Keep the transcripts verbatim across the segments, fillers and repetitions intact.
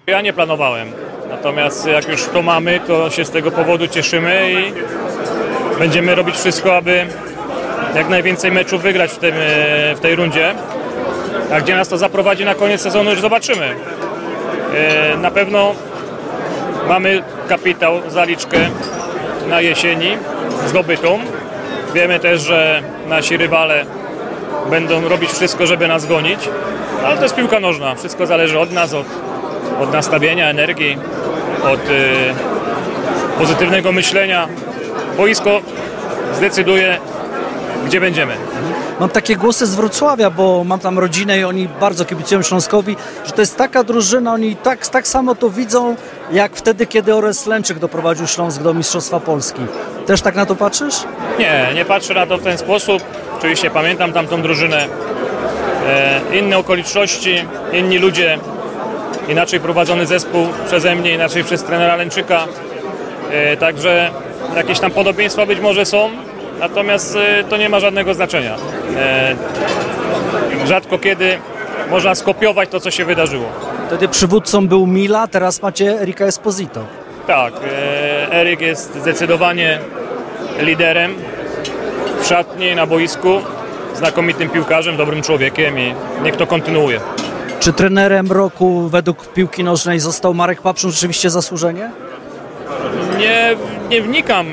Ja nie planowałem, natomiast jak już to mamy, to się z tego powodu cieszymy i będziemy robić wszystko, aby jak najwięcej meczów wygrać w, tym, w tej rundzie. A gdzie nas to zaprowadzi na koniec sezonu, już zobaczymy. Na pewno mamy kapitał, zaliczkę na jesieni zdobytą. Wiemy też, że nasi rywale będą robić wszystko, żeby nas gonić, ale to jest piłka nożna. Wszystko zależy od nas, od, od nastawienia, energii, od y, pozytywnego myślenia. Boisko zdecyduje, gdzie będziemy. Mam takie głosy z Wrocławia, bo mam tam rodzinę i oni bardzo kibicują Śląskowi, że to jest taka drużyna, oni tak, tak samo to widzą, jak wtedy, kiedy Orest Lęczyk doprowadził Śląsk do Mistrzostwa Polski. Też tak na to patrzysz? Nie, nie patrzę na to w ten sposób. Oczywiście pamiętam tamtą drużynę. E, inne okoliczności, inni ludzie, inaczej prowadzony zespół przeze mnie, inaczej przez trenera Lęczyka. E, także jakieś tam podobieństwa być może są, natomiast e, to nie ma żadnego znaczenia. E, rzadko kiedy można skopiować to, co się wydarzyło. Wtedy przywódcą był Mila, teraz macie Erika Esposito. Tak, e, Eryk jest zdecydowanie liderem w szatni, na boisku, znakomitym piłkarzem, dobrym człowiekiem i niech to kontynuuje. Czy trenerem roku według piłki nożnej został Marek Papszun rzeczywiście zasłużenie? Nie, nie wnikam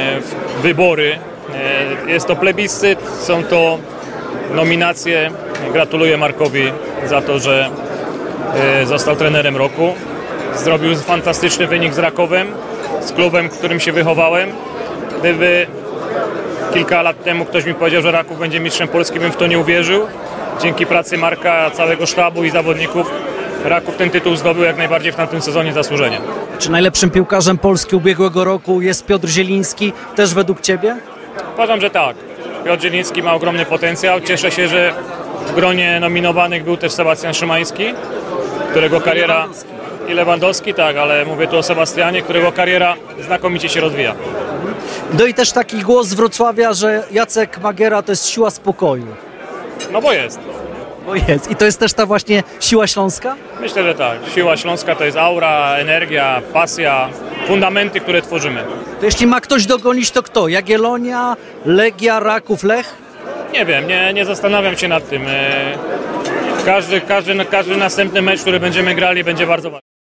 w wybory. Jest to plebiscyt, są to nominacje. Gratuluję Markowi za to, że został trenerem roku. Zrobił fantastyczny wynik z Rakowem, z klubem, w którym się wychowałem. Gdyby kilka lat temu ktoś mi powiedział, że Raków będzie mistrzem Polski, bym w to nie uwierzył. Dzięki pracy Marka, całego sztabu i zawodników Raków ten tytuł zdobył jak najbardziej w tamtym sezonie zasłużenie. Czy najlepszym piłkarzem Polski ubiegłego roku jest Piotr Zieliński, też według Ciebie? Uważam, że tak. Piotr Zieliński ma ogromny potencjał. Cieszę się, że w gronie nominowanych był też Sebastian Szymański, którego kariera... I Lewandowski, tak, ale mówię tu o Sebastianie, którego kariera znakomicie się rozwija. No i też taki głos z Wrocławia, że Jacek Magiera to jest siła spokoju. No bo jest. Bo jest. I to jest też ta właśnie siła Śląska? Myślę, że tak. Siła Śląska to jest aura, energia, pasja, fundamenty, które tworzymy. To jeśli ma ktoś dogonić, to kto? Jagiellonia, Legia, Raków, Lech? Nie wiem, nie, nie zastanawiam się nad tym. Każdy, każdy, każdy następny mecz, który będziemy grali, będzie bardzo ważny.